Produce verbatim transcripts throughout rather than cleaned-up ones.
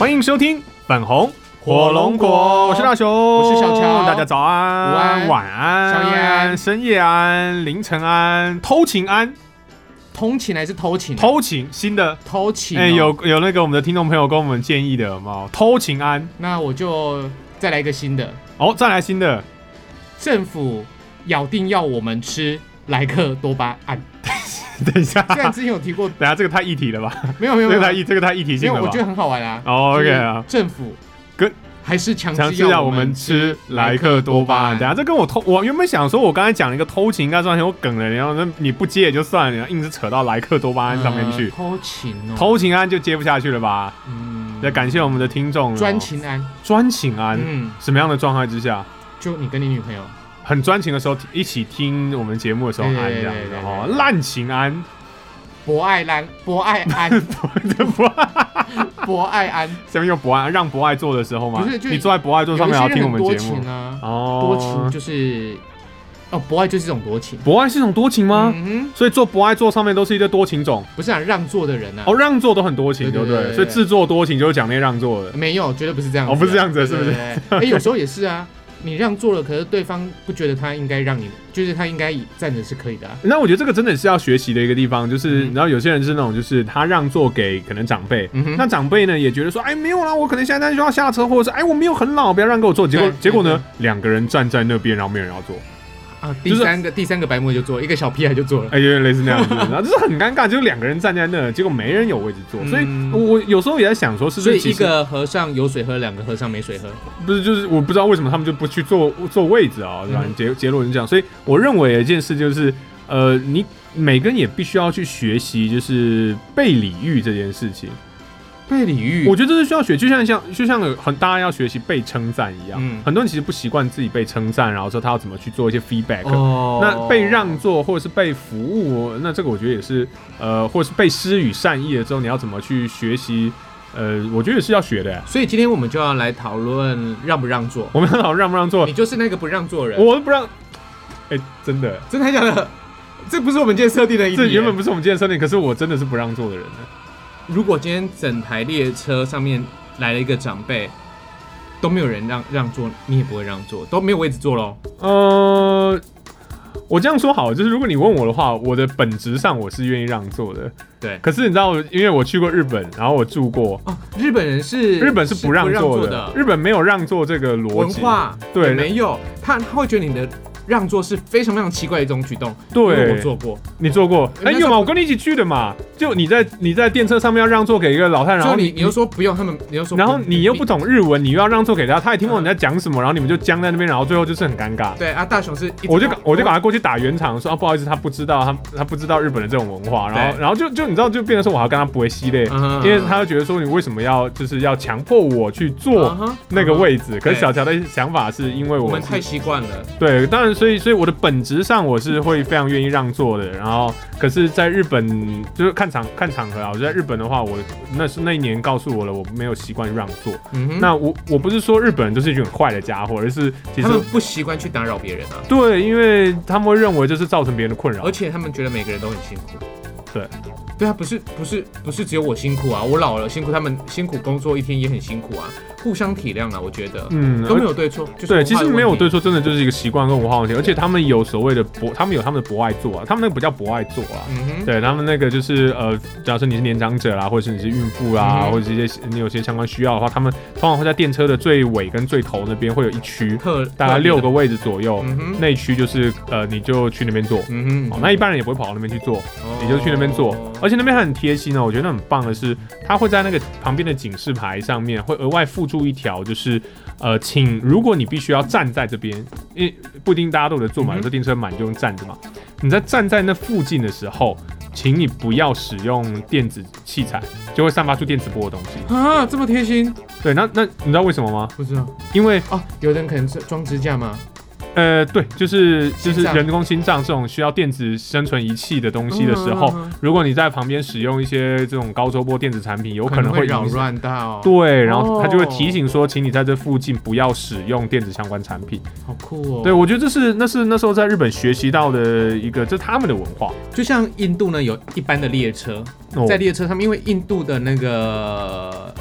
欢迎收听粉红火龙果，我是大雄， 我是小乔， 大家早安、 午安、 晚安、 宵夜安、 深夜安、凌晨安、偷情安。 通勤还是偷情、啊？ 偷情，新的偷情、哦。 哎、欸，有有那个我们的听众朋友跟我们建议的，有没有？偷情安。 那我就再来一个新的。 哦，再来新的。 政府咬定要我们吃莱克多巴胺。 等一下， 虽然之前有提过， 等一下这个太议题了吧？ 没有没有没有， 这个太议这个太议题性了吧？ 没有，我觉得很好玩啊。 哦 ，OK 啊， 政府跟。 还是强制要我们吃莱克多巴胺。等下，这跟我偷，我原本想说，我刚才讲了一个偷情，应该算很有梗的，然后那你不接也就算了，然后硬是扯到莱克多巴胺上面去。 呃、偷情哦， 偷情胺就接不下去了吧？ 嗯， 也感谢我们的听众。 专情胺， 专情胺，嗯，什么样的状态之下？ 就你跟你女朋友很专情的时候，一起听我们节目的时候胺这样子哦。滥情胺。 博爱胺，博爱胺，博爱胺， 下面用博爱让博爱做的时候吗？ 不是，就你坐在博爱座上面要听我们节目啊。哦，多情就是哦，博爱就是一种多情。 博爱是一种多情吗？嗯哼，所以坐博爱座上面都是一堆多情种。 不是啊，让座的人啊。 哦，让座都很多情，对不对？所以自作多情就是讲那让座的。 没有，绝对不是这样子。 哦，不是这样子，是不是？ 哎，有时候也是啊。你让座了，可是对方不觉得他应该让你，就是他应该站着是可以的、啊。 那我觉得这个真的是要学习的一个地方，就是、嗯、你知道有些人是那种，就是他让座给可能长辈、嗯，那长辈呢也觉得说，哎没有啦，我可能现在就要下车，或者是哎我没有很老，不要让给我坐。结果结果呢，两个人站在那边，然后没有人要坐。 啊，第三个、就是、第三个白目就坐，一个小屁孩就坐了， 哎、欸，有点类似那样子，然后就是很尴尬，就是两个人站在那，结果没人有位置坐，嗯、所以我有时候也在想说，是不是所以一个和尚有水喝，两个和尚没水喝？ 不是，就是我不知道为什么他们就不去坐坐位置啊，对吧？嗯、结结论是这样，所以我认为一件事就是，呃，你每个人也必须要去学习，就是被礼遇这件事情。 被礼遇， 我觉得这是需要学，就像像就像很大家要学习被称赞一样、嗯。很多人其实不习惯自己被称赞，然后说他要怎么去做一些 feedback、哦。那被让座或者是被服务，那这个我觉得也是呃，或者是被施予善意了之后，你要怎么去学习？呃，我觉得也是要学的。 所以今天我们就要来讨论让不让座。 我们要讨论让不让座， 你就是那个不让座的人。 我不让。哎、欸，真的， 真的还假的？这不是我们今天设定的一题。 这原本不是我们今天设定，可是我真的是不让座的人。 如果今天整台列车上面来了一个长辈，都没有人让让座，你也不会让座，都没有位置坐咯。 呃，我这样说好，就是如果你问我的话，我的本质上我是愿意让座的。 对， 可是你知道，因为我去过日本，然后我住过。 哦，日本人是日本是不让座 的, 的，日本没有让座这个逻辑。 文化对， 没有，他他会觉得你的让座是非常非常奇怪的一种举动。 对， 我做过， 你做过？哎、欸，有吗？我跟你一起去的嘛。就你在你在电车上面要让座给一个老太，然后你你又说不用，他们你又说， 然后你又不懂日文，你又要让座给他，他也听不懂你在讲什么，然后你们就僵在那边，然后最后就是很尴尬。 对啊，大雄是， 我就我就赶快过去打圆场，说啊不好意思，他不知道他他不知道日本的这种文化，然后然后就就你知道就变成说我还要跟他不会吸嘞，因为他就觉得说你为什么要就是要强迫我去坐那个位置？可是小乔的想法是因为我们, 我们太习惯了。 对，当然所以所以我的本质上我是会非常愿意让座的，然后可是在日本就是看场看场合啊。我在日本的话，我那是那一年告诉我了，我没有习惯让座。嗯、那我我不是说日本人就是一群很坏的家伙，而是其实他们不习惯去打扰别人啊。 对，因为他们会认为这是造成别人的困扰， 而且他们觉得每个人都很辛苦。 对， 对啊，不是不是不是只有我辛苦啊，我老了辛苦，他们辛苦工作一天也很辛苦啊，互相体谅啊，我觉得，嗯，都没有对错，就是对，其实没有对错，真的就是一个习惯跟文化问题，而且他们有所谓的博，他们有他们的博爱座啊，他们那个不叫博爱座啊，嗯、对他们那个就是呃，假如说你是年长者啦，或者是你是孕妇啦，嗯、或者是一些你有些相关需要的话，他们通常会在电车的最尾跟最头那边会有一区，大概六个位置左右，嗯、那一区就是呃，你就去那边坐，嗯哼，那一般人也不会跑到那边去坐，哦、你就去那边坐，而且那边很贴心哦，我觉得很棒的是，他会在那个旁边的警示牌上面会额外附注一条，就是呃，请如果你必须要站在这边，因为不一定大家都有得坐嘛，有时候电车满就用站着嘛。你在站在那附近的时候，请你不要使用电子器材，就会散发出电磁波的东西啊，这么贴心。 对，那那你知道为什么吗？ 不知道， 因为哦，有人可能是装支架吗？ 呃，对，就是就是人工心脏这种需要电子生存仪器的东西的时候，嗯嗯嗯、如果你在旁边使用一些这种高周波电子产品，有可能会扰乱到。 对，然后他就会提醒说，请你在这附近不要使用电子相关产品。 好酷哦！ 对，我觉得这是那是那时候在日本学习到的一个，这是他们的文化。 就像印度呢，有一般的列车，在列车上面，因为印度的那个呃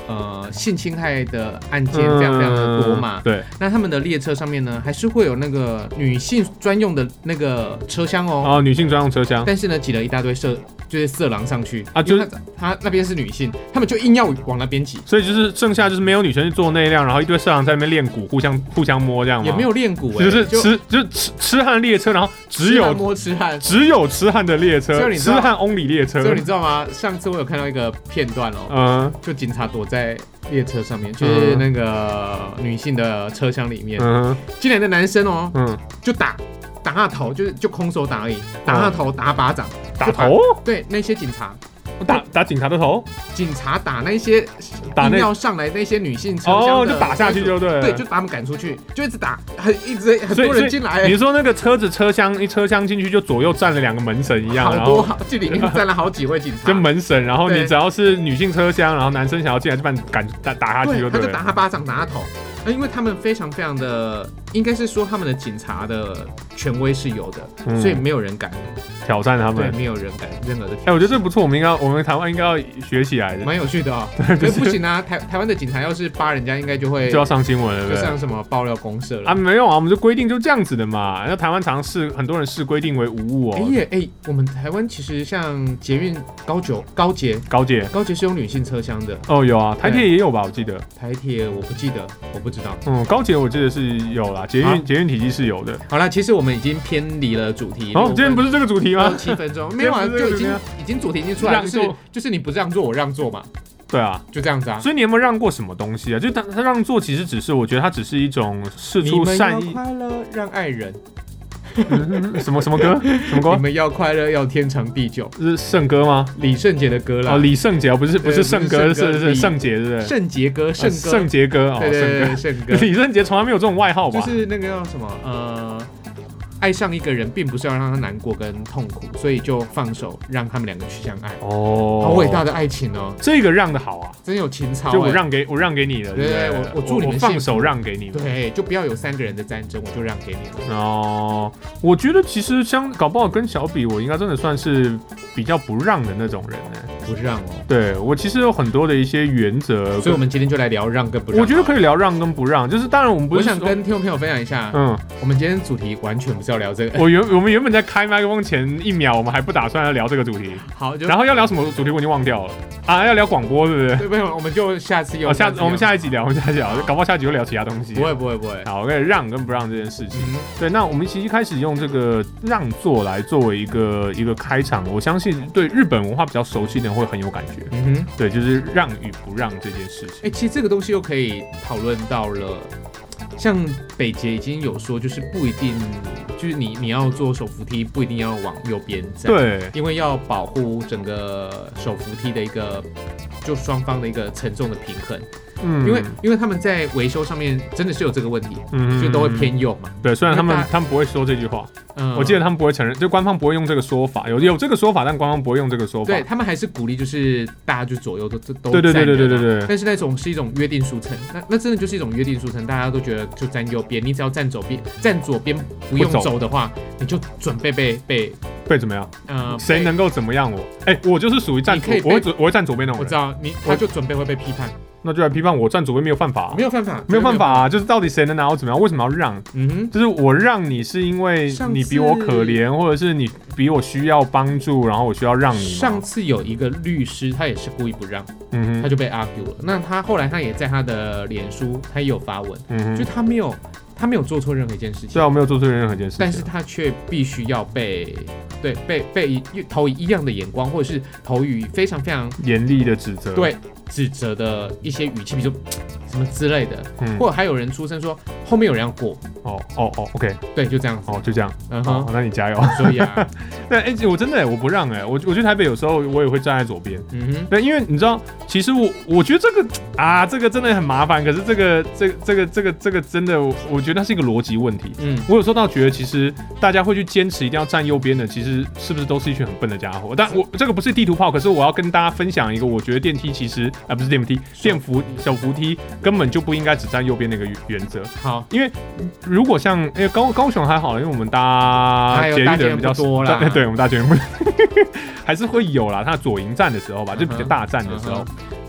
性侵害的案件非常非常的多嘛， 嗯、对。 那他们的列车上面呢，还是会有那个女性专用的那个车厢哦， 哦，女性专用车厢， 但是呢，挤了一大堆色，就是色狼上去啊，就是他那边是女性，他们就硬要往那边挤， 所以就是剩下就是没有女生去坐那一辆，然后一堆色狼在那边练鼓，互相互相摸这样吗？ 也没有练鼓、 欸，就是吃就是吃痴汉列车，然后只有摸痴汉， 只有痴汉的列车，痴汉 only 列车。 所以你知道吗？上次我有看到一个片段哦，嗯，就警察躲在列车上面，就是那个女性的车厢里面，嗯，进来的男生哦，嗯，就打打他头，就是就空手打而已，打他头，打他巴掌， 打头， 对那些警察。 打打警察的头， 警察打那些硬要上来那些女性车厢的， 哦，就打下去就对了， 对，就把他们赶出去，就一直打，很一直很多人进来。 你说那个车子车厢一车厢进去就左右站了两个门神一样， 好多好，这里面站了好几位警察， 就门神，然后你只要是女性车厢，然后男生想要进来就把你赶打打下去就对了， 他就打他巴掌，打他头。因为他们非常非常的，应该是说他们的警察的权威是有的，嗯、所以没有人敢挑战他们， 对，没有人敢任何的。 哎、欸，我觉得这不错，我们应该，我们台湾应该要学起来的， 蛮有趣的哦。对，就是、不行啊，台台湾的警察要是扒人家，应该就会就要上新闻了， 就上什么爆料公社了啊？没有啊，我们就规定就这样子的嘛。那台湾常视很多人视规定为无误哦。 哎、欸、哎、欸，我们台湾其实像捷运高九高捷高捷高捷是有女性车厢的哦，有啊，台铁也有吧？我记得台铁我不记得，我不知道。 嗯，高捷我记得是有啦，捷运捷运体系是有的。 好啦，其实我们已经偏离了主题。 哦，今天不是这个主题吗？ 七分钟没有啊，就已经已经主题已经出来，就是就是你不让座，我让座嘛。 对啊， 就这样子啊。 所以你有没有让过什么东西啊？就他他让座其实只是，我觉得他只是一种释出善意。 你们要快乐，让爱人。 什么什么歌？什么歌？ 你们要快乐，要天长地久。 是圣歌吗？ 李圣杰的歌啦。 哦，李圣杰不是不是圣歌，是是圣杰，对不对？ 圣杰歌，圣歌， 圣杰歌，哦， 对对对，圣歌。 李圣杰从来没有这种外号吧？ 就是那个叫什么呃。爱上一个人，并不是要让他难过跟痛苦，所以就放手让他们两个去相爱。哦，好伟大的爱情哦！ 这个让的好啊， 真有情操、欸。 就我让给我让给你了，对不对？ 我我祝你们放手让给你们， 对，就不要有三个人的战争，我就让给你们。 哦，我觉得其实相搞不好跟小比，我应该真的算是比较不让的那种人呢、欸。 不让哦。 对我其实有很多的一些原则， 所以我们今天就来聊让跟不让。 我觉得可以聊让跟不让，就是当然我们不是。 我想跟听众朋友分享一下，嗯，我们今天主题完全不是要聊这个。 我原我们原本在开麦克风前一秒，我们还不打算要聊这个主题。 好， 然后要聊什么主题我已经忘掉了啊，要聊广播是不是？ 对，没有，我们就下次有。 哦，下我们下一集聊，我们下一集聊，搞不好下一集会聊其他东西。 不会不会不会。 好，我跟让跟不让这件事情。嗯、对，那我们其实一开始用这个让座来作为一个一个开场，我相信对日本文化比较熟悉的人会很有感觉。嗯哼，对，就是让与不让这件事情。 哎、欸，其实这个东西又可以讨论到了。像北捷已经有说，就是不一定，就是你你要坐手扶梯，不一定要往右边站， 对， 因为要保护整个手扶梯的一个就双方的一个承重的平衡。嗯，因为因为他们在维修上面真的是有这个问题，嗯，就都会偏右嘛。 对，虽然他们他们不会说这句话，嗯，我记得他们不会承认，就官方不会用这个说法，有有这个说法，但官方不会用这个说法。 对他们还是鼓励，就是大家就左右都都对对对对对对对。 但是那种是一种约定俗成，那那真的就是一种约定俗成，大家都觉得就站右边，你只要站左边，站左边不用走的话，你就准备被被被怎么样？呃，谁能够怎么样我？哎、欸，我就是属于站左，我会我会站左边那种人。 我知道你，他就准备会被批判。 那就来批判我站左边没有犯法、啊， 没有犯法， 没有犯法啊！就是到底谁能拿我怎么样？为什么要让？嗯哼，就是我让你是因为你比我可怜，或者是你比我需要帮助，然后我需要让你。 上次有一个律师，他也是故意不让，嗯哼，他就被 argue 了。那他后来他也在他的脸书，他也有发文，嗯哼，就他没有他没有做错任何一件事情， 对啊，我没有做错任何一件事情， 但是他却必须要被对被被投以异样的眼光，或者是投以非常非常严厉的指责， 对。指责的一些语气，比如说什么之类的，嗯、或者还有人出声说后面有人要过， 哦哦哦 ，OK， 对，就这样子， 哦，就这样，嗯哼，哦、那你加油。 所以啊， 对，哎、欸，我真的、欸、我不让哎、欸，我我去台北有时候我也会站在左边，嗯哼，对，因为你知道，其实我我觉得这个啊，这个真的很麻烦，可是这个这个这个这个这个真的，我觉得它是一个逻辑问题，嗯，我有时候倒觉得其实大家会去坚持一定要站右边的，其实是不是都是一群很笨的家伙？但我这个不是地图炮，可是我要跟大家分享一个，我觉得电梯其实啊不是电梯。电扶小扶梯根本就不应该只站右边那个原则。 好， 因为如果像因为高高雄还好，因为我们搭捷运的人比较多啦，对，我们搭捷运不还是会有啦。它左营站的时候吧，就比较大站的时候，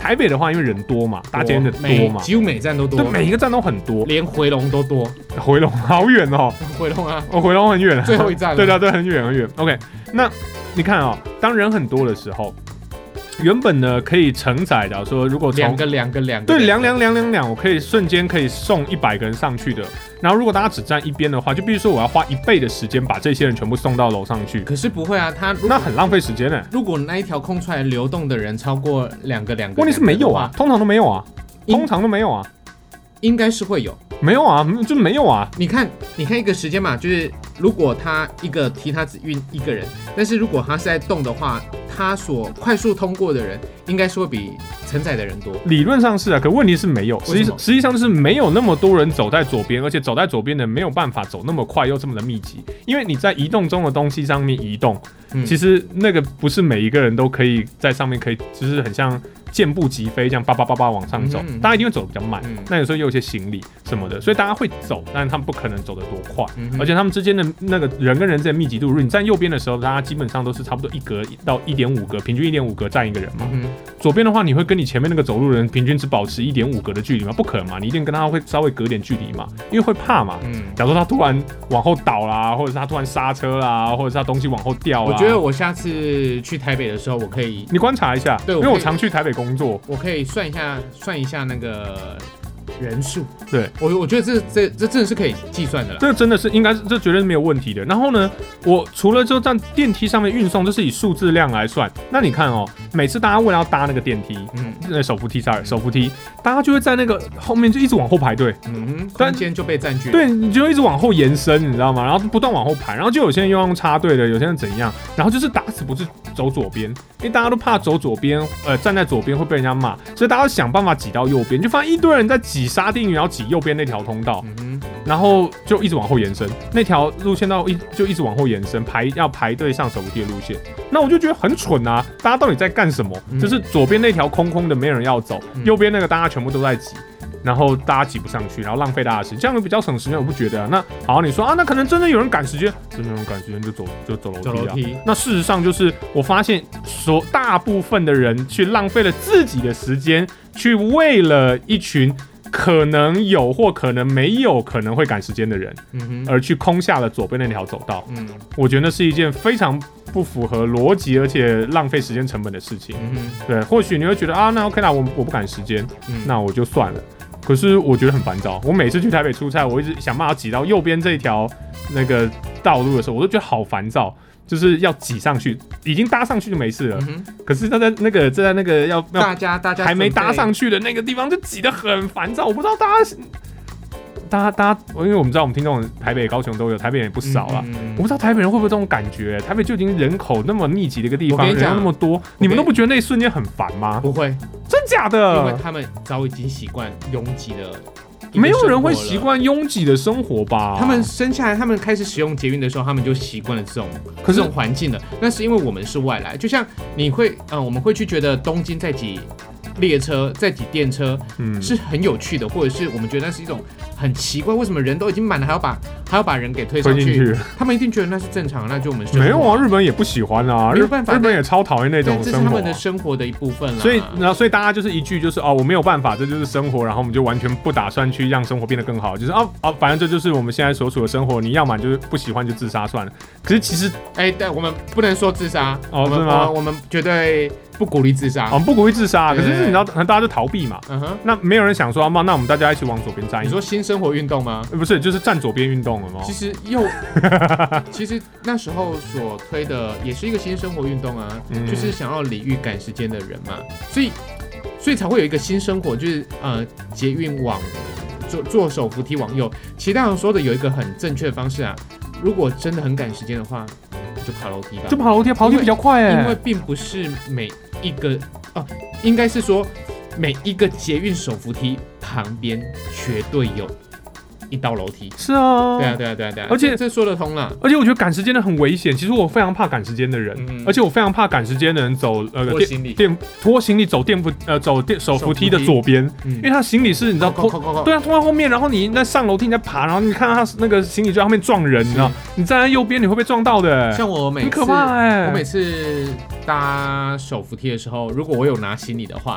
台北的话，因为人多嘛，搭捷运的多嘛， 几乎每站都多， 对，每一个站都很多， 连回龙都多。 回龙好远哦， 回龙啊， 哦，回龙很远， 最后一站， 对对对，很远很远。OK， 那你看哦，当人很多的时候。原本呢可以承载，假如说如果两个两个两个， 对，两两两两两，我可以瞬间可以送一百个人上去的。然后如果大家只站一边的话，就必须说我要花一倍的时间把这些人全部送到楼上去。 可是不会啊，他那很浪费时间呢。 如果那一条空出来流动的人超过两个两个， 问题是没有啊，通常都没有啊，通常都没有啊， 应该是会有。 没有啊，就没有啊。 你看，你看一个时间嘛，就是如果他一个梯他只运一个人，但是如果他是在动的话，他所快速通过的人应该是会比承载的人多。理论上是啊，可问题是没有，实际实际上就是没有那么多人走在左边，而且走在左边的没有办法走那么快又这么的密集，因为你在移动中的东西上面移动，嗯、其实那个不是每一个人都可以在上面可以，就是很像。健步疾飞，这样叭叭叭叭往上走，嗯、大家一定会走得比较慢。嗯、那有时候又有一些行李什么的，所以大家会走，但是他们不可能走得多快。嗯、而且他们之间的那个人跟人之间的密集度，如果你站右边的时候，大家基本上都是差不多一格到一点五格，平均一点五格站一个人嘛。嗯、左边的话，你会跟你前面那个走路人平均只保持一点五格的距离吗？不可能嘛，你一定跟他会稍微隔点距离嘛，因为会怕嘛。嗯、假如说他突然往后倒啦，或者是他突然刹车啦，或者是他东西往后掉啦。 我觉得我下次去台北的时候，我可以你观察一下，对，因为我常去台北工作， 我可以。算一下，算一下那个人数。 对， 我我觉得这这这真的是可以计算的啦。 这真的是应该是，这绝对是没有问题的。然后呢，我除了就在电梯上面运送，这是以数字量来算。那你看哦，每次大家为了要搭那个电梯，嗯，那手扶梯 ，sorry， 手扶梯，大家就会在那个后面就一直往后排队， 嗯哼，空间就被占据了。 对，你就一直往后延伸，你知道吗？然后不断往后排，然后就有些人又用插队的，有些人怎样，然后就是打死不是走左边，因为大家都怕走左边，呃，站在左边会被人家骂，所以大家想办法挤到右边，就发现一堆人在挤沙丁鱼，然后挤右边那条通道，嗯、然后就一直往后延伸，那条路线到一就一直往后延伸，排要排队上手扶梯的路线。那我就觉得很蠢啊，大家到底在干什么？嗯、就是左边那条空空的没人要走，嗯、右边那个大家全部都在挤。然后大家挤不上去，然后浪费大家的时间，这样比较省时间，我不觉得啊。那好，你说啊，那可能真的有人赶时间，真的有人赶时间就走就走楼梯啊。走楼梯。那事实上就是我发现，所大部分的人去浪费了自己的时间，去为了一群可能有或可能没有可能会赶时间的人，嗯、而去空下了左边那条走道。嗯，我觉得那是一件非常不符合逻辑而且浪费时间成本的事情。嗯、对，或许你会觉得啊，那 OK 啦，我我不赶时间，嗯、那我就算了。可是我觉得很烦躁。我每次去台北出差，我一直想办法挤到右边这一条那个道路的时候，我都觉得好烦躁，就是要挤上去，已经搭上去就没事了。嗯、可是他在那个在那个要大家大家还没搭上去的那个地方，就挤得很烦躁。我不知道大家。大家，大家，因为我们知道我们听众台北、高雄都有，台北人也不少啦。嗯嗯嗯我不知道台北人会不会这种感觉？台北就已经人口那么密集的一个地方，人那么多，你们都不觉得那一瞬间很烦吗？ 不会， 真假的？ 因为他们早已经习惯拥挤的。 没有人会习惯拥挤的生活吧？ 他们生下来，他们开始使用捷运的时候，他们就习惯了这种这种环境了。那是因为我们是外来，就像你会，嗯，我们会去觉得东京在挤列车、在挤电车，嗯，是很有趣的，或者是我们觉得那是一种很奇怪，为什么人都已经满了，还要把还要把人给推上去？去他们一定觉得那是正常，那就我们生活、啊、 没有啊，日本也不喜欢啊， 没有办法， 日本也超讨厌那种生活、啊， 这是他们的生活的一部分了。 所以，然后所以大家就是一句就是哦，我没有办法，这就是生活，然后我们就完全不打算去让生活变得更好，就是哦哦，反正这就是我们现在所处的生活，你要么就是不喜欢就自杀算了。可是其实， 哎、欸，但我们不能说自杀哦，是吗？ 我们绝对不鼓励自杀， 我们不鼓励自杀。可是你知道，大家就逃避嘛。嗯哼。那没有人想说，那我们大家一起往左边站。 你说新生活运动吗？ 不是，就是站左边运动了吗？ 其实又，其实那时候所推的也是一个新生活运动啊，嗯、就是想要礼遇赶时间的人嘛，所以所以才会有一个新生活，就是呃捷运往坐坐手扶梯往右。其实大家说的有一个很正确的方式啊，如果真的很赶时间的话，就爬楼梯吧。 就爬楼梯，爬楼梯比较快哎、欸。 因为并不是每一个哦，应该是说每一个捷运手扶梯旁边绝对有一道楼梯。 是啊， 对啊，对啊，对啊，对啊。 而且这, 这说得通啦。 而且我觉得赶时间的很危险。其实我非常怕赶时间的人，嗯、而且我非常怕赶时间的人走呃拖行李电拖行李走电扶呃走电手扶梯的左边，嗯、因为他行李是你知道拖对啊拖在后面，然后你在上楼梯你在爬，然后你看到他那个行李就在后面撞人，你知道？你站在右边你会被撞到的、欸。 像我每次很可怕哎、欸， 我每次搭手扶梯的时候，如果我有拿行李的话。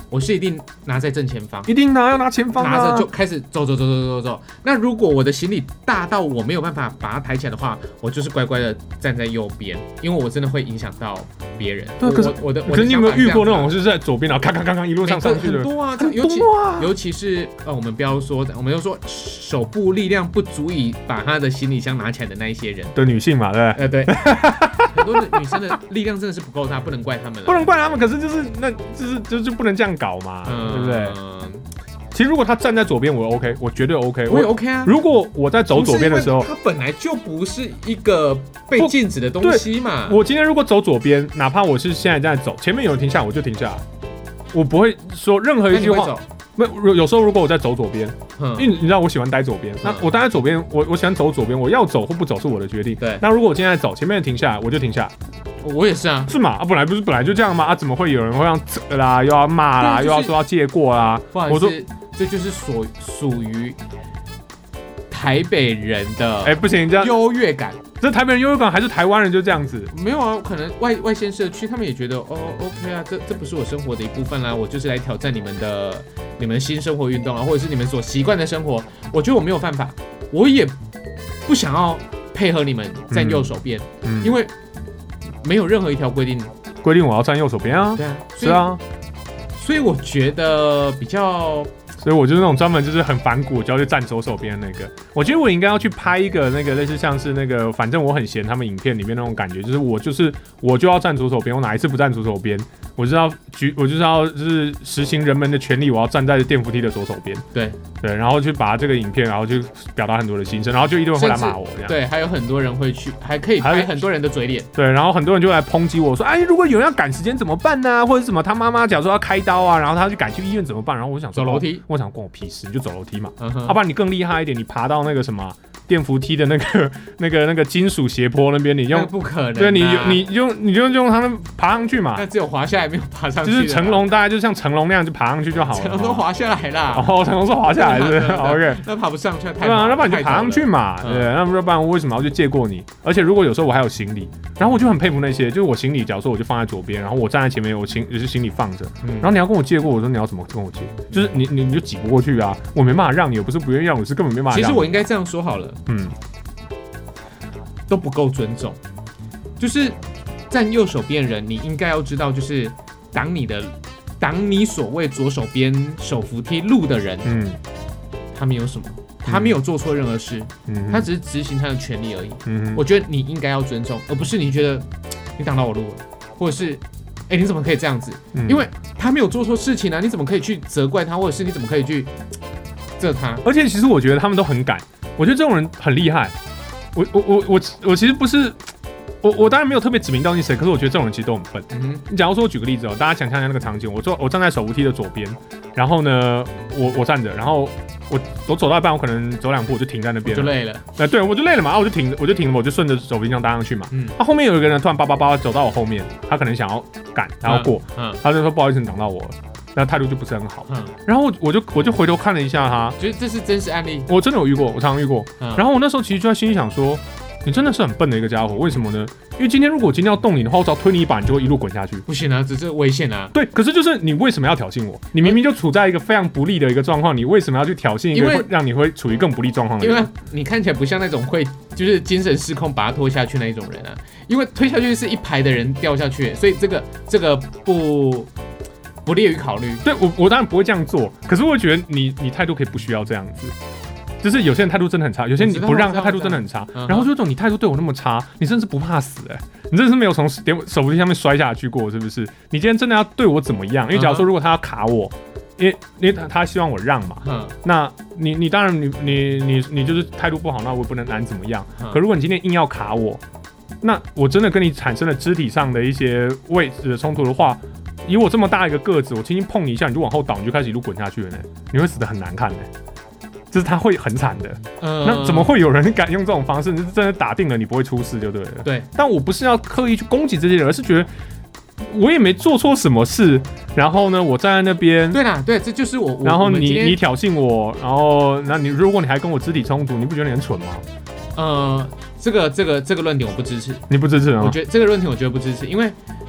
我是一定拿在正前方， 一定拿要拿前方、啊， 拿着就开始走走走走走走。那如果我的行李大到我没有办法把它抬起来的话，我就是乖乖的站在右边，因为我真的会影响到别人。 对，可是我的可是你有没有遇过那种就是在左边然后咔咔咔咔一路上上去的？ 很多啊，尤其尤其是呃，我们不要说，我们就说手部力量不足以把他的行李箱拿起来的那一些人， 对女性嘛，对， 呃对，很多的女生的力量真的是不够大，不能怪他们了， 不能怪他们，可是就是那就是就就不能这样搞嘛，嗯、对不对？其实如果他站在左边，我 OK， 我绝对 OK， 我也 OK 啊。 如果我在走左边的时候， 他本来就不是一个被禁止的东西嘛。 我今天如果走左边，哪怕我是现在在走，前面有人停下，我就停下来，我不会说任何一句话。没有，有时候如果我在走左边，因为你知道我喜欢待左边，那我待在左边，我我喜欢走左边，我要走或不走是我的决定。 对。 那如果我今天在走，前面人停下来，我就停下来。 我也是啊， 是嘛？啊，本来不是本来就这样吗？啊，怎么会有人会让扯啦，又要骂啦，就是、又要说要借过啦？ 不好意思，这就是所属于台北人的哎、欸， 不行，这样优越感。 这台北人优越感还是台湾人就这样子？ 没有啊，可能外外县社区他们也觉得哦 ，OK 啊，这这不是我生活的一部分啦，我就是来挑战你们的你们的新生活运动啊，或者是你们所习惯的生活。我觉得我没有犯法，我也不想要配合你们站右手边、嗯嗯，因为没有任何一条规定规定我要站右手边啊。 对啊， 是啊， 所以我觉得比较。 所以我就是那种专门就是很反骨，就要去站左手边的那个。我觉得我应该要去拍一个那个类似像是那个，反正我很闲他们影片里面那种感觉，就是我就是我就要站左手边，我哪一次不站左手边，我就要举，我就是要就是实行人们的权利，我要站在电扶梯的左手边。 对对，然后去把这个影片，然后去表达很多的心声，然后就一堆人会来骂我这样。 对，还有很多人会去，还可以拍很多人的嘴脸。 对，然后很多人就来抨击我说，哎，如果有人要赶时间怎么办呢、啊？或者什么他妈妈假如说要开刀啊，然后他去赶去医院怎么办？然后我想说走楼梯。 我想关我屁事，你就走楼梯嘛。要、uh-huh. 啊、不然你更厉害一点，你爬到那个什么电扶梯的那个、那个、那个金属斜坡那边，你用不可能、啊。 对，你你用你就用他们爬上去嘛。 那只有滑下来，没有爬上去。 就是成龙，大概就像成龙那样就爬上去就好了。 成龙都滑下来啦。 哦，成龙是滑下来是不是？OK。 那爬不上去，太对啊，那不然你就爬上去嘛。对，那要不然我为什么要去借过你？而且如果有时候我还有行李，然后我就很佩服那些，就是我行李，假如说我就放在左边，然后我站在前面，我行也是行李放着、嗯，然后你要跟我借过，我说你要怎么跟我借？就是你你你就挤不过去啊，我没办法让你，我不是不愿意让，我是根本没办法让你。 其实我应该这样说好了，嗯，都不够尊重。就是站右手边的人，你应该要知道，就是挡你的挡你所谓左手边手扶梯路的人，嗯，他们有什么？他没有做错任何事、嗯，他只是执行他的权利而已、嗯。我觉得你应该要尊重，而不是你觉得你挡到我路了，或者是哎、欸、你怎么可以这样子、嗯？因为他没有做错事情啊，你怎么可以去责怪他，或者是你怎么可以去责他？而且其实我觉得他们都很敢，我觉得这种人很厉害。我我我我我其实不是。我我当然没有特别指名道姓谁，可是我觉得这种人其实都很笨。嗯、你假如说我举个例子哦，大家想象一下那个场景，我坐我站在手扶梯的左边，然后呢，我我站着，然后我我走到一半，我可能走两步我就停在那边， 就累了。 呃，对，我就累了嘛，然后我就停，我就停了，我就顺着手扶梯这样搭上去嘛。嗯。他后面有一个人突然叭叭叭走到我后面，他可能想要赶，然后过，嗯，嗯他就说不好意思，你挡到我了。那态度就不是很好，嗯，然后我就我就回头看了一下他， 觉得这是真实案例， 我真的有遇过，我常常遇过。嗯、然后我那时候其实就在心里想说，你真的是很笨的一个家伙，为什么呢？因为今天如果我今天要动你的话，我只要推你一把，你就会一路滚下去。 不行啊，这是危险啊。 对，可是就是你为什么要挑衅我？你明明就处在一个非常不利的一个状况，你为什么要去挑衅一个会让你会处于更不利状况的人？ 因为你看起来不像那种会就是精神失控把他拖下去那一种人啊，因为推下去是一排的人掉下去，所以这个这个不。不列于考虑。 对，我我当然不会这样做，可是我觉得你你态度可以不需要这样子。就是有些人态度真的很差，有些人你不让他态度真的很差。然后就说你态度对我那么差，你真的是不怕死哎、欸！你真的是没有从手扶梯下面摔下去过，是不是？你今天真的要对我怎么样？因为假如说如果他要卡我，因为因为他他希望我让嘛，嗯，那你你当然你你你你就是态度不好，那我也不能拿你怎么样。可如果你今天硬要卡我，那我真的跟你产生了肢体上的一些位置的冲突的话。以我这么大一个个子，我轻轻碰你一下，你就往后倒，你就开始一路滚下去了呢，你会死得很难看呢，就是他会很惨的、嗯。那怎么会有人敢用这种方式？你是真的打定了你不会出事就对了。 对， 但我不是要刻意去攻击这些人，而是觉得我也没做错什么事，然后呢，我站在那边。 对啦，对，这就是我。 然后你你挑衅我，然后那你如果你还跟我肢体冲突，你不觉得你很蠢吗？ 呃，这个这个这个论点我不支持。 你不支持吗？ 我觉得这个论点我觉得不支持，因为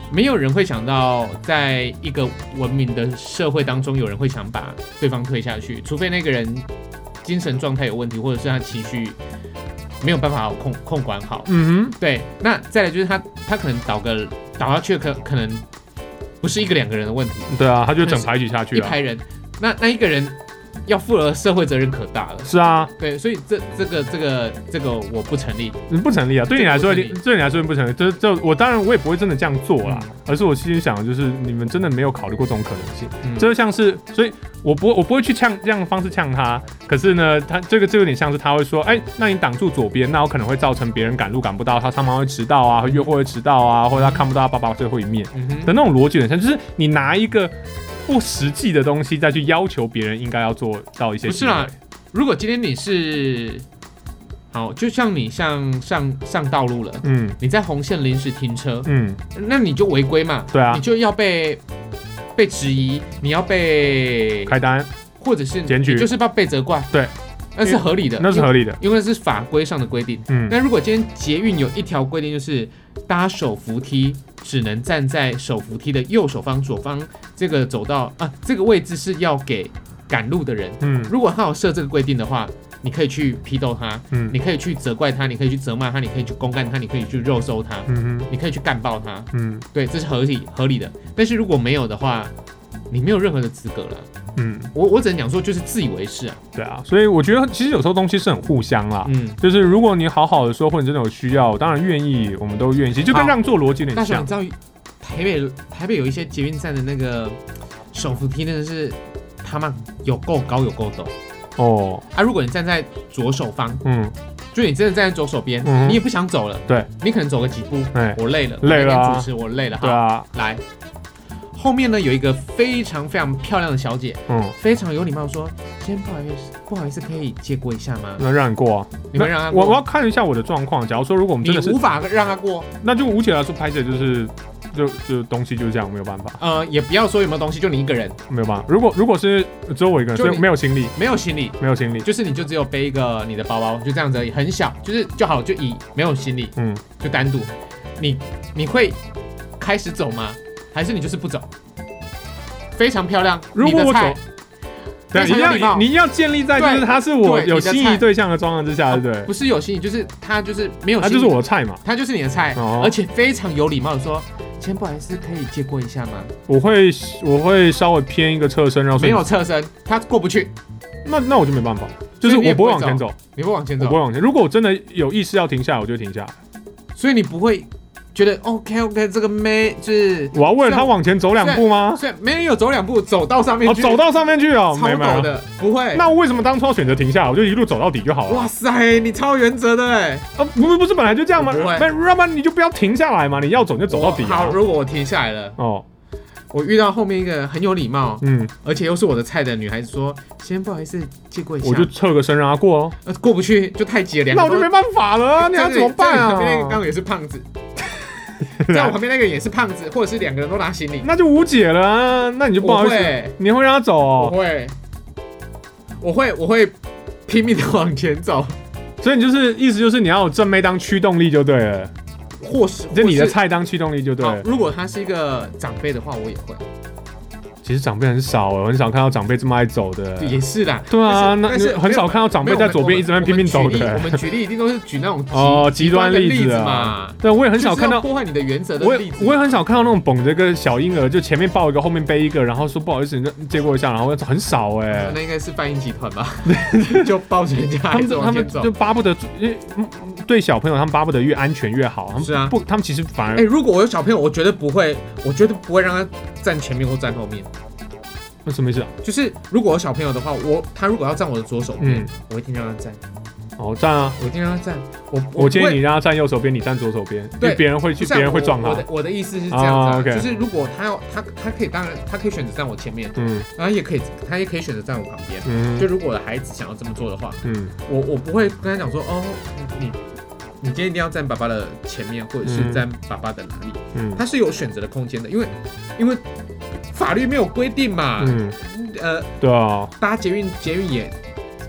没有人会想到，在一个文明的社会当中，有人会想把对方推下去，除非那个人精神状态有问题，或者是他情绪没有办法控控管好。嗯哼，对。那再来就是他他可能倒个倒下去可可能不是一个两个人的问题。对啊，他就整排一起下去了， 一排人。那那一个人要负的社会责任可大了。 是啊， 对，所以这这个这个这个我不成立， 不成立啊！对你来说，对你来说不成立。这这我当然我也不会真的这样做啦，嗯、而是我心里想的就是你们真的没有考虑过这种可能性。嗯、这就像是，所以我不我不会去呛这样的方式呛他。可是呢，他这个这有点像是他会说，哎、欸，那你挡住左边，那我可能会造成别人赶路赶不到，他常常会迟到啊，约会会迟到啊，或者他看不到他爸爸最后一面、嗯、的那种逻辑很像，就是你拿一个不实际的东西再去要求别人应该要做到一些行为。 不是啦，如果今天你是好，就像你像上上道路了，嗯，你在红线临时停车，嗯，那你就违规嘛， 对啊， 你就要被被质疑，你要被开单， 或者是检举， 就是要被责怪， 对。 那是合理的， 那是合理的， 因为那是法规上的规定。嗯，那如果今天捷运有一条规定，就是搭手扶梯只能站在手扶梯的右手方、左方这个走道啊，这个位置是要给赶路的人。嗯，如果他有设这个规定的话，你可以去批斗他，嗯，你可以去责怪他，你可以去责骂他，你可以去公干他，你可以去肉搜他，嗯你可以去干爆他，嗯，对，这是合理合理的。但是如果没有的话，你没有任何的资格了。嗯，我我只能讲说，就是自以为是啊。 对啊，所以我觉得其实有时候东西是很互相啦。嗯，就是如果你好好的说，或者真的有需要，当然愿意，我们都愿意。其实就跟让座逻辑有点像。 你知道台北台北有一些捷运站的那个手扶梯，真的是他妈有够高有够陡哦。啊，如果你站在左手方，嗯，就你真的站在左手边，嗯、你也不想走了， 对， 你可能走个几步，我累了， 累了、啊， 主持我累了， 对啊， 来。后面呢有一个非常非常漂亮的小姐，嗯，非常有礼貌说：“先不好意思，不好意思，可以借过一下吗？” 那让你过啊？ 你们让他过？ 我我要看一下我的状况。假如说如果我们真的是你无法让他过， 那就无解来说拍摄就是就就东西就是这样，没有办法。 呃，也不要说有没有东西，就你一个人没有办法。如果如果是只有我一个人，所以没有行李， 没有行李， 没有行李， 就是你就只有背一个你的包包，就这样子而已，很小，就是就好，就以没有行李，嗯，就单独。你你会开始走吗？还是你就是不走？非常漂亮。如果我走， 对，你要你要建立在就是他是我有心仪对象的状况之下，对不对？ 不是有心仪，就是他就是没有心仪， 他就是我的菜嘛， 他就是你的菜，哦、而且非常有礼貌的说：“先不好意思，可以借过一下吗？” 我会我会稍微偏一个侧身，然后没有侧身，他过不去， 那那我就没办法，就是我不会往前走， 你不往前走， 我不会往前。如果我真的有意识要停下来，我就停下来。 所以你不会。觉得 OK OK， 这个妹就是我要为了他往前走两步吗？ 所以没人有走两步，走到上面去， 哦、走到上面去哦， 超陡的，不会。 那我为什么当初要选择停下来？我就一路走到底就好了。 哇塞，你超原则的哎！ 啊，不是不是本来就这样吗？不会，要不然你就不要停下来嘛，你要走就走到底、啊。 好，如果我停下来了，哦，我遇到后面一个很有礼貌，嗯，而且又是我的菜的女孩子说：“先不好意思，借过一下。” 我就侧个身让她过哦。 呃，过不去就太挤了，两个那我就没办法了，你要怎么办啊？ 旁边那个刚好也是胖子。在我旁边那个也是胖子，或者是两个人都拿行李， 那就无解了啊！那你就不好意思，你会让他走哦？ 我会，我会，我会拼命的往前走。 所以你就是意思就是你要有正妹当驱动力就对了， 或是就你的菜当驱动力就对了。 如果他是一个长辈的话，我也会。 其实长辈很少哦，很少看到长辈这么爱走的。 也是啦， 对啊，那很少看到长辈在左边一直在拼命走的。 我们举例一定都是举那种哦极端例子嘛。 对，我也很少看到破坏你的原则的例子。 我也很少看到那种捧着一个小婴儿，就前面抱一个，后面背一个，然后说不好意思，你借过一下，然后很少哎。 那应该是泛音集团吧？就抱着人家他们他们就巴不得，对小朋友他们巴不得越安全越好。 是啊， 不，他们其实反而哎，如果我有小朋友，我绝对不会，我绝对不会让他站前面或站后面。 那什么意思啊？ 就是如果有小朋友的话，我他如果要站我的左手边，嗯、我一定让他站。 哦，站啊！ 我一定让他站。我我, 我建议你让他站右手边，你站左手边，因为别人会去，别人会撞他。 我的我的意思是这样子、啊 oh, okay. 就是如果他要他他可以当然他可以选择站我前面，嗯，然后也可以他也可以选择站我旁边。嗯，就如果我的孩子想要这么做的话，嗯，我我不会跟他讲说哦你。你今天一定要站爸爸的前面，或者是站爸爸的哪里？嗯，他是有选择的空间的，因为因为法律没有规定嘛。嗯，呃， 对啊， 搭捷运捷运也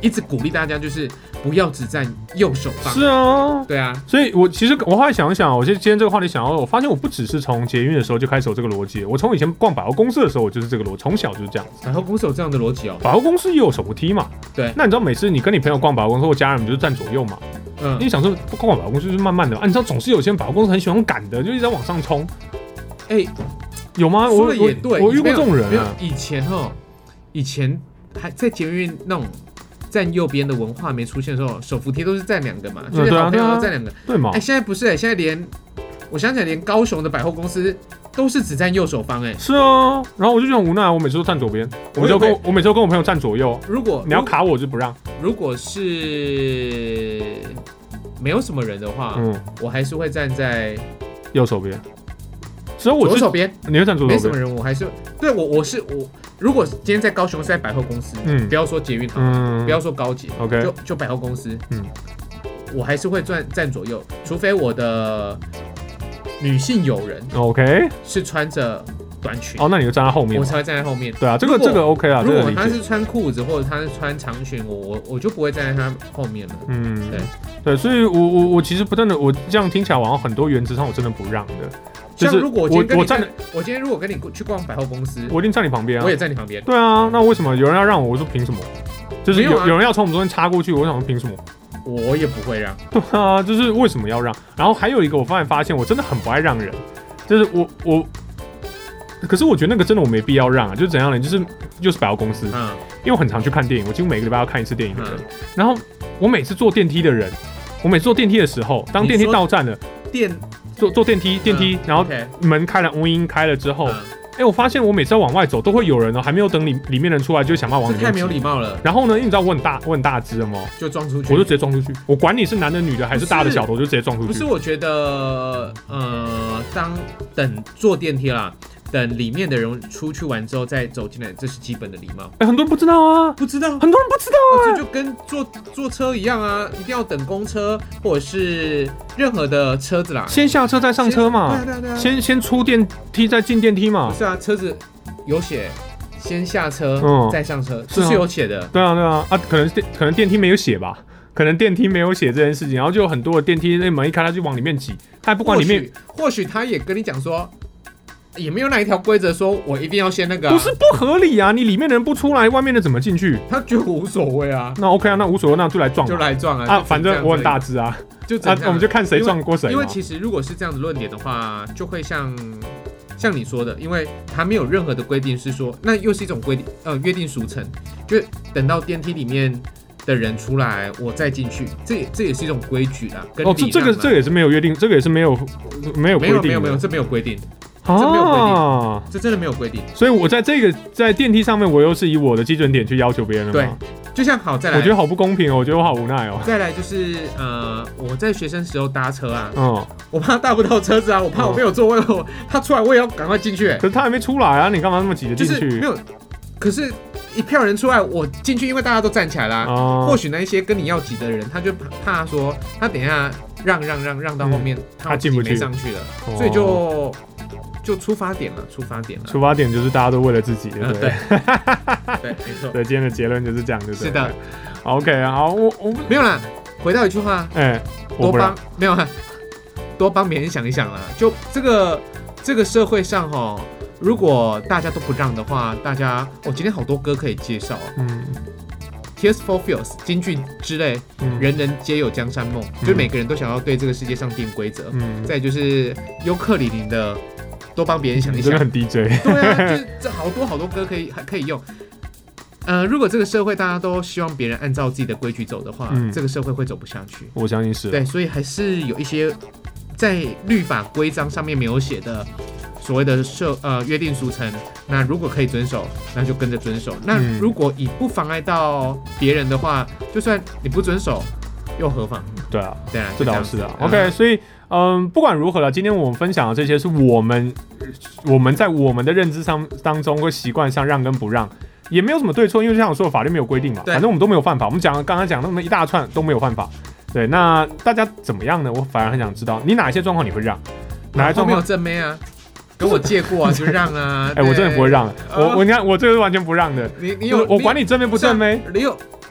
一直鼓励大家就是不要只占右手方。 是啊， 对啊， 所以我其实我后来想一想，我今天这个话题想要，我发现我不只是从捷运的时候就开始有这个逻辑，我从以前逛百货公司的时候，我就是这个逻辑，从小就是这样子。 百货公司有这样的逻辑哦。 百货公司也有手扶梯嘛？ 对。 那你知道每次你跟你朋友逛百货公司或家人，你就是站左右嘛？嗯。你想说逛百货公司就是慢慢的，啊，你知道总是有些百货公司很喜欢赶的，就一直在往上冲。 哎，欸， 有吗？ 说的也对， 我遇过这种人啊。 以前哈，以前还在捷运那种站右边的文化没出现的时候，手扶梯都是站两个嘛，就是好朋友都站两个， 对吗？ 哎，现在不是哎，现在连我想起来，连高雄的百货公司都是只站右手方哎。是啊，然后我就觉得很无奈，我每次都站左边，我就跟我我每次都跟我朋友站左右。 如果你要卡我就不让。 如果是没有什么人的话，嗯，我还是会站在右手边。所以我左手边， 你会站左手边？ 没什么人，我还是对我我是我。如果今天在高雄是在百货公司，嗯，不要说捷运好，嗯，不要说高捷 ，OK， 就就百货公司，嗯，我还是会站站左右，除非我的女性友人 ，OK， 是穿着短裙， 哦，那你就站在后面， 我才会站在后面。 对啊，这个这个 OK 啊。 如果他是穿裤子或者他是穿长裙，我我我就不会站在他后面了。嗯，对对，所以我我我其实不真的，我这样听起来，好像很多原则上我真的不让的。 像如果我今天跟你站，我今天如果跟你去逛百货公司， 我一定站你旁边啊， 我也站你旁边。 对啊，那为什么有人要让我？我说凭什么？就是有、啊、有人要从我们中间插过去，我想说凭什么？ 我也不会让。 对啊，就是为什么要让？然后还有一个，我发现发现我真的很不爱让人，就是我我，可是我觉得那个真的我没必要让啊，就是怎样呢？就是就是百货公司，嗯，因为我很常去看电影，我几乎每个礼拜要看一次电影的人。嗯、然后我每次坐电梯的人，我每次坐电梯的时候，当电梯到站了， 电。 坐坐电梯，电梯，嗯、然后门开了，嗡音开了之后，哎、嗯欸，我发现我每次要往外走，都会有人哦，还没有等里里面人出来，就想办法往里面。 这太没有礼貌了。 然后呢，因为你知道我很大，我很大只的嘛， 就撞出去， 我就直接撞出去。我管你是男的、女的，还是大的、小的，我就直接撞出去。 不是，我觉得，呃，当等坐电梯啦。等里面的人出去完之后再走进来，这是基本的礼貌。 哎、欸，很多人不知道啊， 不知道， 很多人不知道啊， 这就跟坐坐车一样啊，一定要等公车或者是任何的车子啦， 先下车再上车嘛， 对啊对啊， 先先出电梯再进电梯嘛。 不是啊，车子有写先下车、嗯、再上车，这是有写的。 对啊对啊啊，可能电可能电梯没有写吧。可能电梯没有写这件事情，然后就有很多的电梯那门一开，他就往里面挤，他还不管里面。 或许他也跟你讲说。也没有那一条规则说我一定要先那个、啊， 不是不合理啊！你里面的人不出来，外面的怎么进去？ 他觉得无所谓啊。 那 OK 啊，那无所谓，那就来撞， 就来撞啊！ 啊，反正我很大只啊， 就啊，我们就看谁撞过谁。 因为其实如果是这样的论点的话，就会像像你说的，因为他没有任何的规定是说，那又是一种规定，呃，约定俗成，就等到电梯里面的人出来，我再进去，这也这也是一种规矩啦。跟哦，这这个这个也是没有约定，这个也是没有没有规定， 没有没有没有，这没有规定。这没有规定、啊，这真的没有规定。 所以我在这个在电梯上面，我又是以我的基准点去要求别人了吗？ 对，就像好再来， 我觉得好不公平哦，我觉得我好无奈哦。 再来就是呃，我在学生时候搭车啊，嗯，我怕搭不到车子啊，我怕我没有座位，我他出来我也要赶快进去。 可是他还没出来啊，你干嘛那么急着进去？ 就是、没有，可是一票人出来，我进去，因为大家都站起来啦。哦、或许那一些跟你要挤的人，他就怕说他等一下让让让让到后面，嗯、 他进不去， 没上去了，哦、所以就。就出发点了，出发点了。 出发点就是大家都为了自己，对不对？ 嗯、对, 对，没错。 对，今天的结论就是这样，对不对？ 是的。 OK， 好，我我没有啦。回到一句话，哎、欸，多帮没有啦，多帮别人想一想啦。就这个这个社会上哈，如果大家都不让的话，大家我、哦、今天好多歌可以介绍，嗯。Tears for Fears 金句之类、嗯，人人皆有江山梦、嗯，就是每个人都想要对这个世界上定规则。嗯，再就是尤克里里的。多帮别人想一想， 真的很 D J。 对啊，就是这好多好多歌可以还可以用。呃，如果这个社会大家都希望别人按照自己的规矩走的话、嗯，这个社会会走不下去。 我相信是。 对，所以还是有一些在律法规章上面没有写的所谓的社呃约定俗成。那如果可以遵守，那就跟着遵守。那如果以不妨碍到别人的话，就算你不遵守，又何妨？ 对啊， 对啊， 这倒是啊。OK，、嗯、所以。嗯，不管如何了，今天我们分享的这些是我们我们在我们的认知上当中会习惯上让跟不让，也没有什么对错，因为像我说的法律没有规定嘛，反正我们都没有犯法。我们讲刚刚讲那么一大串都没有犯法，对，那大家怎么样呢？我反而很想知道，你哪一些状况你会让？哪一状况？ 没有正妹啊，跟我借过啊，就让啊。 哎、欸，我真的不会让，我我你看我这个是完全不让的。 你你有我管你正妹不正妹， 你有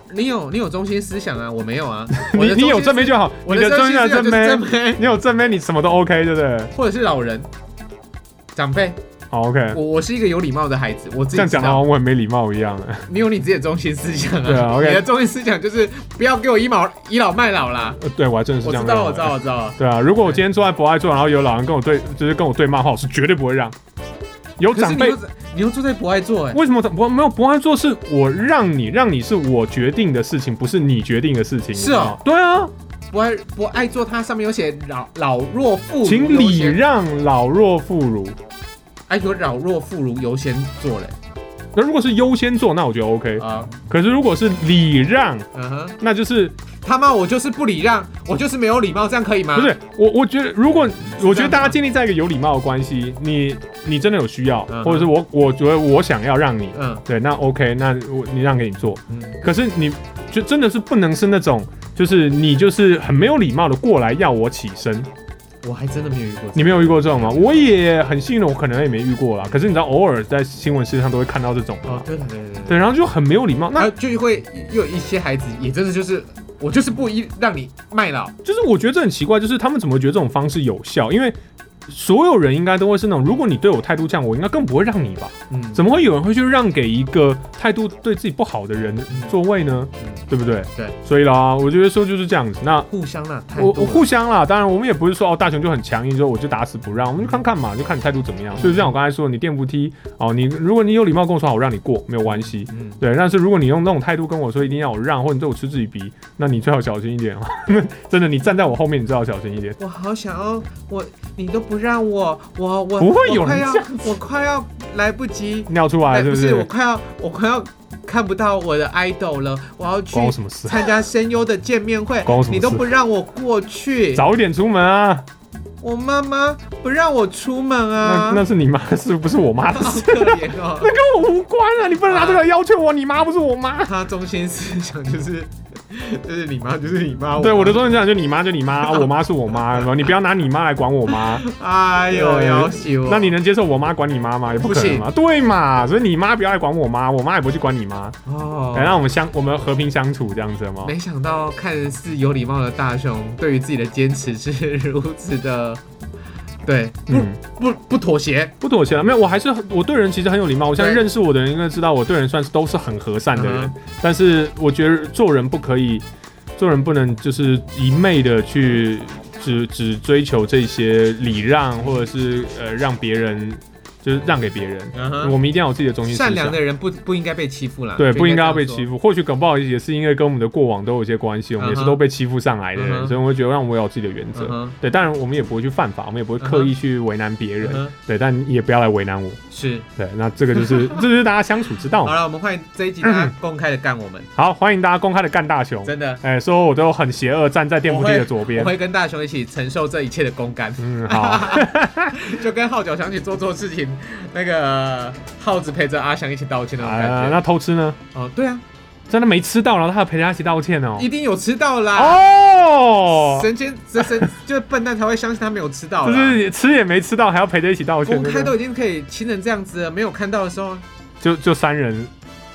你有你有中心思想啊，我没有啊。 你你有正妹就好， 我的中心思想就是正妹， 你有正妹，你什么都 OK， 对不对？ 或者是老人、长辈。 好 OK， 我我是一个有礼貌的孩子，我自己这样讲的好像我很没礼貌一样。 你有你自己的中心思想啊， 对啊 ，OK， 你的中心思想就是不要给我倚老倚老卖老啦。 呃，对我还真的是这样。 我知道，我知道，我知道。 对啊，如果我今天坐在博爱座，然后有老人跟我对，就是跟我对骂的话，我是绝对不会让。有长辈， 你又坐在博爱座，哎， 为什么博没有博爱座？是我让你，让你是我决定的事情，不是你决定的事情。 是哦， 对啊。 博爱博爱座，它上面有写老老弱妇孺， 请礼让老弱妇孺。 哎，有老弱妇孺优先座嘞。 那如果是优先座，那我觉得 OK 啊。可是如果是礼让，嗯哼，那就是他妈我就是不礼让，我就是没有礼貌，这样可以吗？ 不是，我我觉得如果我觉得大家建立在一个有礼貌的关系，你你真的有需要，嗯、或者是我我觉得我想要让你，嗯，对，那 OK， 那我你让给你做，嗯，可是你就真的是不能是那种，就是你就是很没有礼貌的过来要我起身。 我还真的没有遇过， 你没有遇过这种吗？我也很幸运，我可能也没遇过啦。可是你知道，偶尔在新闻事上都会看到这种。 哦，对对对对。 对，然后就很没有礼貌， 那就会又有一些孩子也真的就是，我就是不一让你卖老。 就是我觉得这很奇怪，就是他们怎么觉得这种方式有效？因为所有人应该都会是那种，如果你对我态度这样，我应该更不会让你吧？嗯，怎么会有人会去让给一个态度对自己不好的人座位呢？嗯，对不对？ 对， 所以啦，我觉得说就是这样子。那互相啦， 我我互相啦，当然我们也不是说哦，大雄就很强硬，说我就打死不让，我们就看看嘛，就看你态度怎么样。所以就像我刚才说，你电扶梯哦，你如果你有礼貌跟我说好，我让你过没有关系。嗯，对。但是如果你用那种态度跟我说一定要我让，或者你对我嗤之以鼻，那你最好小心一点哦。真的，你站在我后面，你最好小心一点。 我好想要我，你都不让我。我我不会有人这样， 我快要来不及尿出来，是不是？ 不是，我快要我快要看不到我的 idol 了，我要去参加声优的见面会，你都不让我过去， 早一点出门啊！ 我妈妈不让我出门啊， 那, 那是你妈的事，不是我妈的事。 好可怜哦， 那跟我无关啊！你不能拿这个要求我，你妈不是我妈。 她中心思想就是。就是你妈，就是你妈。 对，我的中心思想就你妈就你妈，我妈是我妈，你不要拿你妈来管我妈。 哎呦，要求。 那你能接受我妈管你妈吗？也不可能嘛。对嘛，所以你妈不要来管我妈，我妈也不会去管你妈。哦。来让我们相，我们和平相处这样子吗？ 没想到看似有礼貌的大雄，对于自己的坚持是如此的。对，不、嗯、不不妥协， 不妥协了。没有，我还是我对人其实很有礼貌。我相信认识我的人应该知道，我对人算是都是很和善的人。嗯、但是我觉得做人不可以，做人不能就是一昧的去只只追求这些礼让，或者是呃让别人。就是让给别人， uh-huh. 我们一定要有自己的中心思想。 善良的人不不应该被欺负啦， 对，不应该要被欺负。或许搞不好也是因为跟我们的过往都有一些关系，我们也是都被欺负上来的人， uh-huh. 所以我会觉得让我们有自己的原则。Uh-huh. 对，当然我们也不会去犯法，我们也不会刻意去为难别人。Uh-huh. 对，但也不要来为难我。 是， 对，那这个就是这就是大家相处之道。 好了，我们欢迎这一集大家公开的干我们。 好，欢迎大家公开的干大雄。 真的， 哎、欸，说我都很邪恶，站在电扶梯的左边。 我会跟大雄一起承受这一切的公干。 嗯，好。 就跟号角响起做错事情那个。呃，耗子陪着阿翔一起道歉那种感觉、 啊。那偷吃呢？ 哦，对啊， 真的没吃到，然后他陪他一起道歉哦。 一定有吃到啦！ 哦， 神仙神神就是笨蛋才会相信他没有吃到， 就是吃也没吃到，还要陪着一起道歉。 公开都已经可以亲成这样子了，没有看到的时候， 就就三人。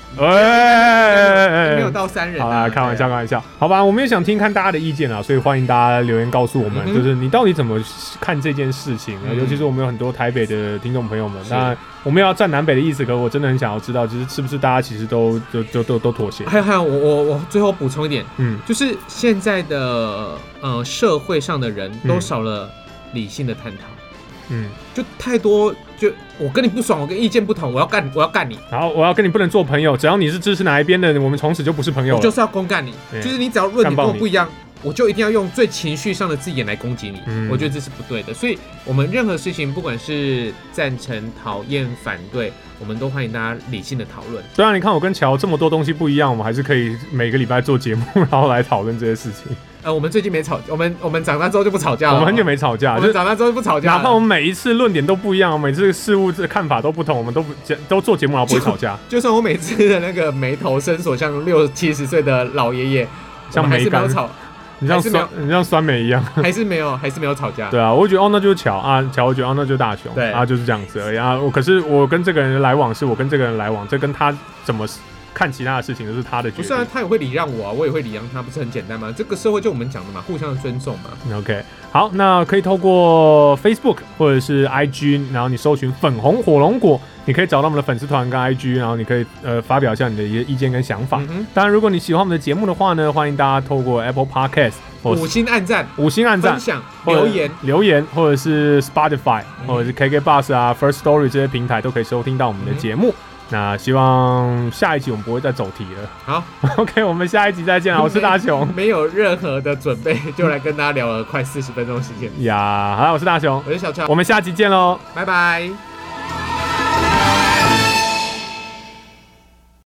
哎， 没有到三人、啊。 好啦，开玩笑，开玩笑。好吧，我们也想听看大家的意见啊，所以欢迎大家留言告诉我们，嗯、就是你到底怎么看这件事情、嗯、尤其是我们有很多台北的听众朋友们，当然我们要站南北的意思，可我真的很想要知道，就是是不是大家其实都就就都都妥协。 还有还有，我我我最后补充一点，嗯，就是现在的呃社会上的人都少了理性的探讨。嗯，就太多，就我跟你不爽，我跟意见不同，我要干，我要干你。 然后我要跟你不能做朋友，只要你是支持哪一边的，我们从此就不是朋友了。 我就是要公干你，就是你只要论点跟我不一样，我就一定要用最情绪上的字眼来攻击你。嗯，我觉得这是不对的。所以我们任何事情，不管是赞成、讨厌、反对，我们都欢迎大家理性的讨论。 虽然你看我跟乔这么多东西不一样，我们还是可以每个礼拜做节目，然后来讨论这些事情。 呃，我们最近没吵，我们我们长大之后就不吵架了。 我们很久没吵架， 就长大之后就不吵架了。 哪怕我们每一次论点都不一样，每次事物的看法都不同，我们都不都做节目，然后不会吵架。 就, 就算我每次的那个眉头深锁，像六七十岁的老爷爷， 像还是没有吵。 你像酸，你像酸梅一样， 还是没有，还是没有吵架。 对啊，我觉得哦，那就是乔啊，乔我觉得哦，那就是大雄， 对啊，就是这样子而已啊。我可是我跟这个人的来往是我跟这个人来往，这跟他怎么看其他的事情，就是他的决定。 不是啊，他也会礼让我啊，我也会礼让他，不是很简单吗？这个社会就我们讲的嘛，互相的尊重嘛。 OK， 好，那可以透过 Facebook 或者是 I G， 然后你搜寻粉红火龙果，你可以找到我们的粉丝团跟 I G， 然后你可以呃发表一下你的一些意见跟想法。嗯、当然，如果你喜欢我们的节目的话呢，欢迎大家透过 Apple Podcast 五星按赞、 五星按赞、 分享、留言、 留言，或者是 Spotify、嗯、或者是 K K Bus 啊、First Story 这些平台都可以收听到我们的节目。嗯，那希望下一集我们不会再走题了。 好 ，OK， 我们下一集再见啊！我是大雄， 没有任何的准备就来跟大家聊了快四十分钟时间。 呀，好，我是大雄， 我是小乔， 我们下集见喽， 拜拜。